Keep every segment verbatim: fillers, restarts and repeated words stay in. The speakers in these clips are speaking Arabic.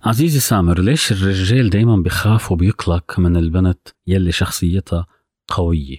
عزيزي سامر، ليش الرجال دايما بيخاف وبيقلق من البنت يلي شخصيتها قوية؟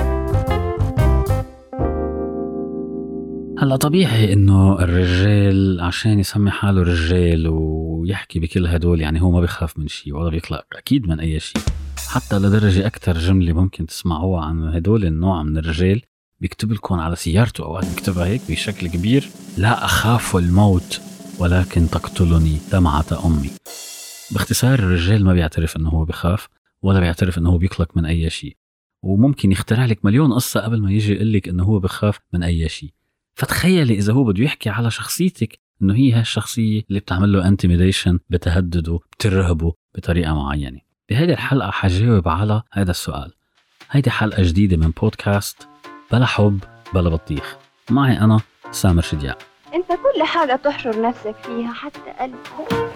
هلا طبيعي انه الرجال عشان يسمي حاله رجال ويحكي بكل هدول يعني هو ما بيخاف من شيء ولا بيقلق اكيد من اي شيء. حتى لدرجة اكتر جملة ممكن تسمعوها عن هدول النوع من الرجال بيكتب لكم على سيارته، اوقات بيكتبها هيك بشكل كبير: لا اخاف الموت ولكن تقتلني دمعة امي. باختصار الرجال ما بيعترف انه هو بيخاف ولا بيعترف انه هو بيقلق من اي شيء، وممكن يخترع لك مليون قصة قبل ما يجي يقول لك انه هو بيخاف من اي شيء. فتخيلي إذا هو بده يحكي على شخصيتك إنه هي هالشخصية اللي بتعمل له انتيميديشن، بتهدده، بترهبه بطريقة معينة. بهذه الحلقة حجاوب على هذا السؤال. هيدي حلقة جديدة من بودكاست بلا حب بلا بطيخ، معي أنا سامر شدياق. أنت كل حاجة تحشر نفسك فيها حتى قلبك.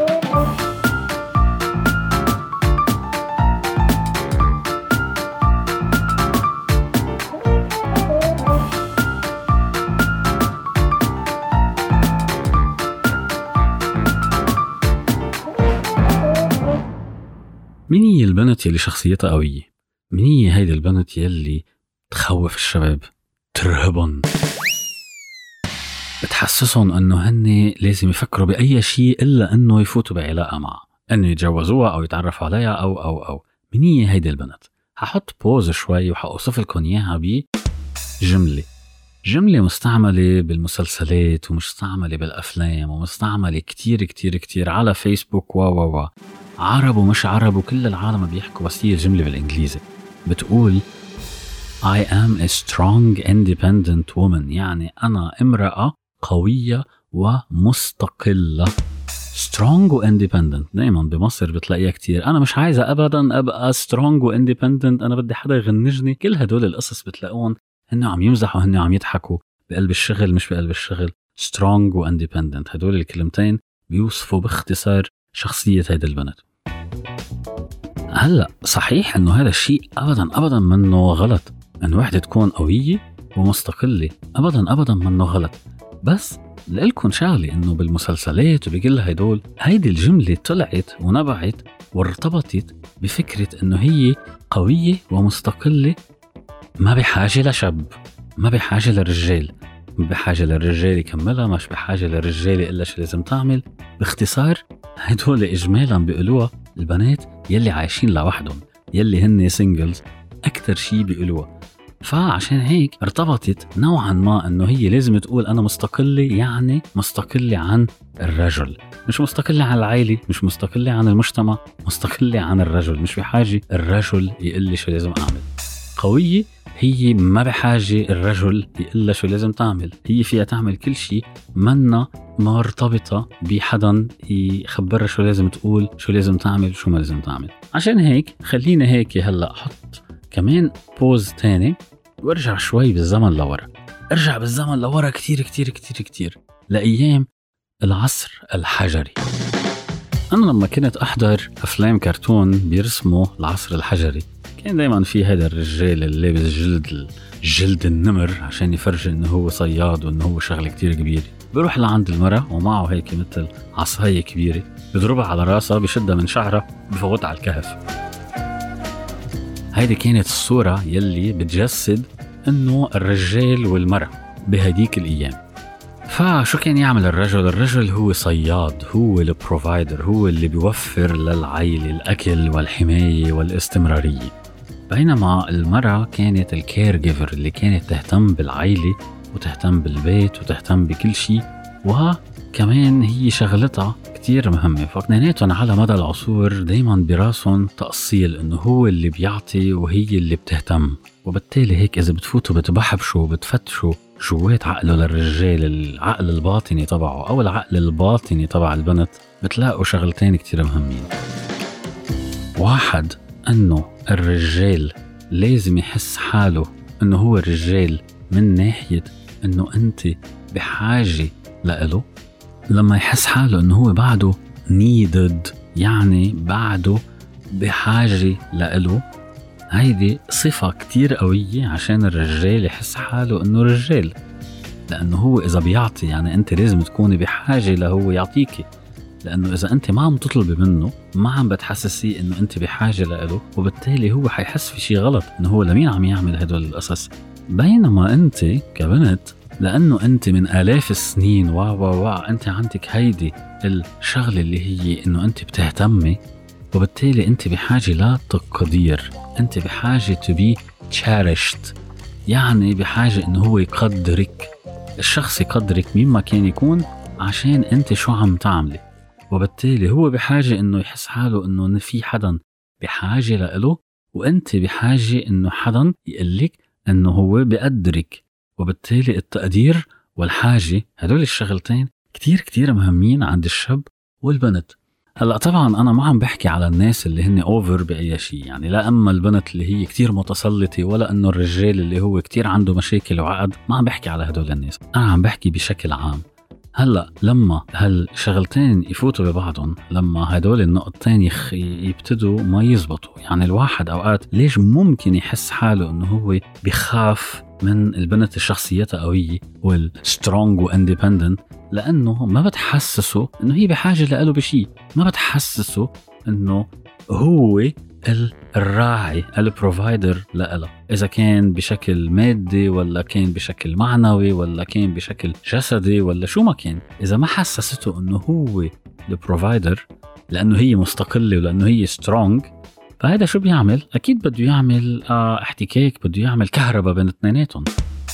مين هي البنت يلي شخصيتها قوية؟ مين هي هيدي البنت يلي تخوف الشباب، ترهبهم، بتحسسهم انه هن لازم يفكروا بأي شيء إلا انه يفوتوا بعلاقة معها، انه يتجوزوها او يتعرفوا عليها او او او مين هي هيدي البنت؟ هحط بوز شوي وحأوصف لكم اياها بجملة جملة مستعملة بالمسلسلات ومستعملة بالأفلام ومستعملة كتير كتير كتير على فيسبوك و و و عرب ومش عرب وكل العالم بيحكوا، بس هي الجملة بالإنجليزي بتقول I am a strong independent woman، يعني أنا امرأة قوية ومستقلة. strong و independent دايما بمصر بتلاقيها كتير. أنا مش عايزة أبدا أبقى strong و independent، أنا بدي حدا يغنجني. كل هدول القصص بتلاقون هنو عم يمزحوا هنو عم يضحكوا بقلب الشغل مش بقلب الشغل. strong و independent هدول الكلمتين بيوصفوا باختصار شخصية هيدا البنت. هلأ صحيح انه هذا الشيء ابدا ابدا منه غلط، انه واحدة تكون قوية ومستقلة، ابدا ابدا منه غلط. بس لقلكن شغلي انه بالمسلسلات وبكل هيدول هيدي الجملة طلعت ونبعت وارتبطت بفكرة انه هي قوية ومستقلة، ما بحاجة لشاب، ما بحاجة للرجال، ما بحاجة للرجال يكملها، مش بحاجة للرجال إلا شو لازم تعمل. باختصار هدول إجمالا بيقولوها البنات يلي عايشين لوحدهم، يلي هن سينجلز أكتر شي بيقولوها. فعشان هيك ارتبطت نوعا ما أنه هي لازم تقول أنا مستقلة، يعني مستقلة عن الرجل، مش مستقلة عن العائلة، مش مستقلة عن المجتمع، مستقلة عن الرجل. مش بحاجة الرجل يقول لي شو لازم أعمل. قوية هي ما بحاجة الرجل يقول شو لازم تعمل، هي فيها تعمل كل شيء، منا مرتبطة بحدا يخبرها شو لازم تقول، شو لازم تعمل، شو ما لازم تعمل. عشان هيك خلينا هيك هلأ أحط كمان بوز تاني وارجع شوي بالزمن لورا. ارجع بالزمن لورا كتير كتير كتير كتير لأيام العصر الحجري. أنا لما كنت أحضر أفلام كرتون بيرسموا العصر الحجري كان دايما في هذا الرجال اللي لابس جلد جلد النمر عشان يفرج انه هو صياد وانه هو شغله كتير كبيره. بيروح لعند المرأة ومعه هيك مثل عصاية كبيرة، بيضربها على راسها، بشدها من شعرها، بفوتها على الكهف. هيدي كانت الصورة يلي بتجسد انه الرجال والمرأة بهديك الايام. فشو كان يعمل الرجل؟ الرجل هو صياد، هو البروفايدر، هو اللي بيوفر للعائلة الأكل والحماية والاستمرارية، بينما المرأة كانت الكير جيفر اللي كانت تهتم بالعائلة وتهتم بالبيت وتهتم بكل شيء، وكمان هي شغلتها كتير مهمة. فاثنيناتهم على مدى العصور دايما براسهم تأصيل انه هو اللي بيعطي وهي اللي بتهتم. وبالتالي هيك اذا بتفوتوا بتبحبشوا بتفتشوا جوات عقله للرجال، العقل الباطني تبعه او العقل الباطني تبع البنت، بتلاقوا شغلتين كتير مهمين. واحد، انه الرجال لازم يحس حاله انه هو الرجال من ناحية انه انت بحاجة لإله. لما يحس حاله انه هو بعده needed، يعني بعده بحاجة لإله، هيدي صفة كتير قوية عشان الرجال يحس حاله انه رجال. لانه هو اذا بيعطي يعني انت لازم تكوني بحاجة له يعطيكي. لأنه إذا أنت ما عم تطلبي منه ما عم بتحسسيه إنه أنت بحاجة له، وبالتالي هو حيحس في شيء غلط إنه هو لمين عم يعمل هدول القصص. بينما أنت كبنت لأنه أنت من آلاف السنين وا وا وا أنت عندك هيدي الشغلة اللي هي إنه أنت بتهتمي، وبالتالي أنت بحاجة لا تقدير، أنت بحاجة to be cherished، يعني بحاجة إنه هو يقدرك، الشخص يقدرك مما كان يكون عشان أنت شو عم تعملي. وبالتالي هو بحاجة إنه يحس حاله إنه في حدا بحاجة له، وأنت بحاجة إنه حدا يقلك إنه هو بقدرك. وبالتالي التقدير والحاجة هدول الشغلتين كتير كتير مهمين عند الشاب والبنت. هلأ طبعا أنا ما عم بحكي على الناس اللي هن أوفر بأي شيء، يعني لا أما البنت اللي هي كتير متسلطة ولا أنه الرجال اللي هو كتير عنده مشاكل وعقد، ما عم بحكي على هدول الناس، أنا عم بحكي بشكل عام. هلأ لما هالشغلتين يفوتوا ببعضهم، لما هدول النقطتين يخ... يبتدوا ما يزبطوا، يعني الواحد أوقات ليش ممكن يحس حاله أنه هو بيخاف من البنت الشخصيتها قوية والسترونج وانديبندنت، لأنه ما بتحسسه أنه هي بحاجة له بشيء، ما بتحسسه أنه هو الراعي البروفايدر لها، إذا كان بشكل مادي ولا كان بشكل معنوي ولا كان بشكل جسدي ولا شو ما كان. إذا ما حسسته أنه هو البروفايدر لأنه هي مستقلة ولأنه هي سترونج، فهذا شو بيعمل؟ أكيد بده يعمل اه احتكاك، بده يعمل كهرباء بين اثنيناتهم.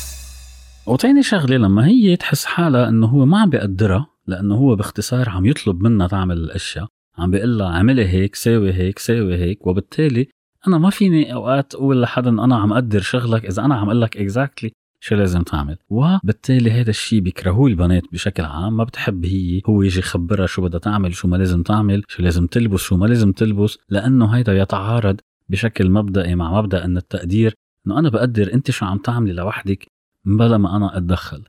وتاني شغلة لما هي تحس حالها أنه هو ما عم بيقدرها، لأنه هو باختصار عم يطلب منها تعمل الأشياء، عم بيقول لها اعملي هيك، ساوي هيك، ساوي هيك، وبالتالي أنا ما فيني أوقات أقول لحدا أنا عم أقدر شغلك إذا أنا عم أقول لك exactly شو لازم تعمل. وبالتالي هذا الشيء بيكرهوه البنات بشكل عام، ما بتحب هي هو يجي يخبرها شو بدها تعمل، شو ما لازم تعمل، شو لازم تلبس، شو ما لازم تلبس، لأنه هيدا يتعارض بشكل مبدئي مع مبدأ أن التقدير، أنه أنا بقدر أنت شو عم تعملي لوحدك بلا ما أنا أتدخل.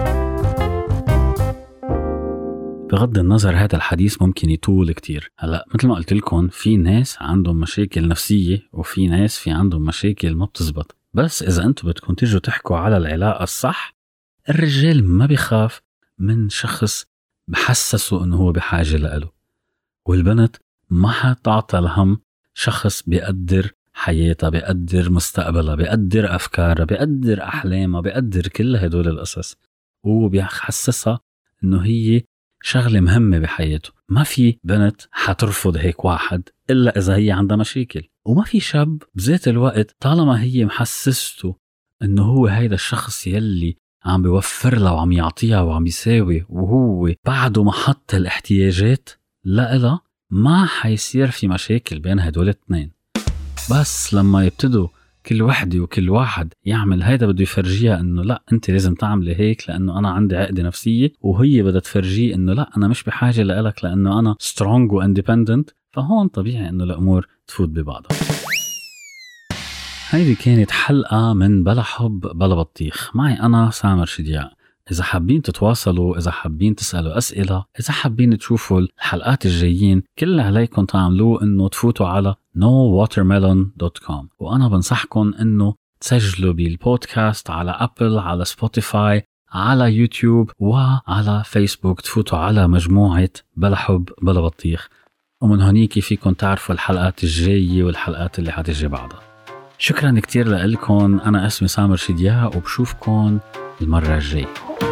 بغض النظر هذا الحديث ممكن يطول كتير. هلأ مثل ما قلت لكم في ناس عندهم مشاكل نفسية وفي ناس في عندهم مشاكل ما بتزبط، بس إذا أنتم بدكم تيجوا تحكوا على العلاقة الصح، الرجال ما بيخاف من شخص بحسسه أنه هو بحاجة له، والبنت ما حتعطى الهم شخص بيقدر حياتها، بيقدر مستقبلها، بيقدر أفكارها، بيقدر أحلامها، بيقدر كل هدول القصص، وبيحسسها أنه هي شغلة مهمة بحياته. ما في بنت حترفض هيك واحد إلا إذا هي عندها مشاكل، وما في شاب بذات الوقت طالما هي محسسته أنه هو هيدا الشخص يلي عم بيوفر له وعم يعطيها وعم يساوي وهو بعده محط الاحتياجات لإلها، ما حيصير في مشاكل بين هدول الاثنين. بس لما يبتدوا كل وحدة وكل واحد يعمل هيدا بده يفرجيها انه لا انت لازم تعملي هيك لانه انا عندي عقدة نفسية، وهي بدها تفرجيه انه لا انا مش بحاجة لك لانه انا سترونج وانديبندنت، فهون طبيعي انه الامور تفوت ببعضها. هيدي كانت حلقة من بلا حب بلا بطيخ، معي انا سامر شدياق. إذا حابين تتواصلوا، إذا حابين تسألوا أسئلة، إذا حابين تشوفوا الحلقات الجايين، كل اللي عليكم تعملوه إنه تفوتوا على نو واترميلون دوت كوم، وأنا بنصحكم إنه تسجلوا بالبودكاست على أبل، على سبوتيفاي، على يوتيوب وعلى فيسبوك. تفوتوا على مجموعة بلا حب بلا بطيخ، ومن هونيك فيكم تعرفوا الحلقات الجاية والحلقات اللي حتجي بعدها. شكرا كتير لكم. أنا اسمي سامر شدياق وبشوفكم المرة الجاية.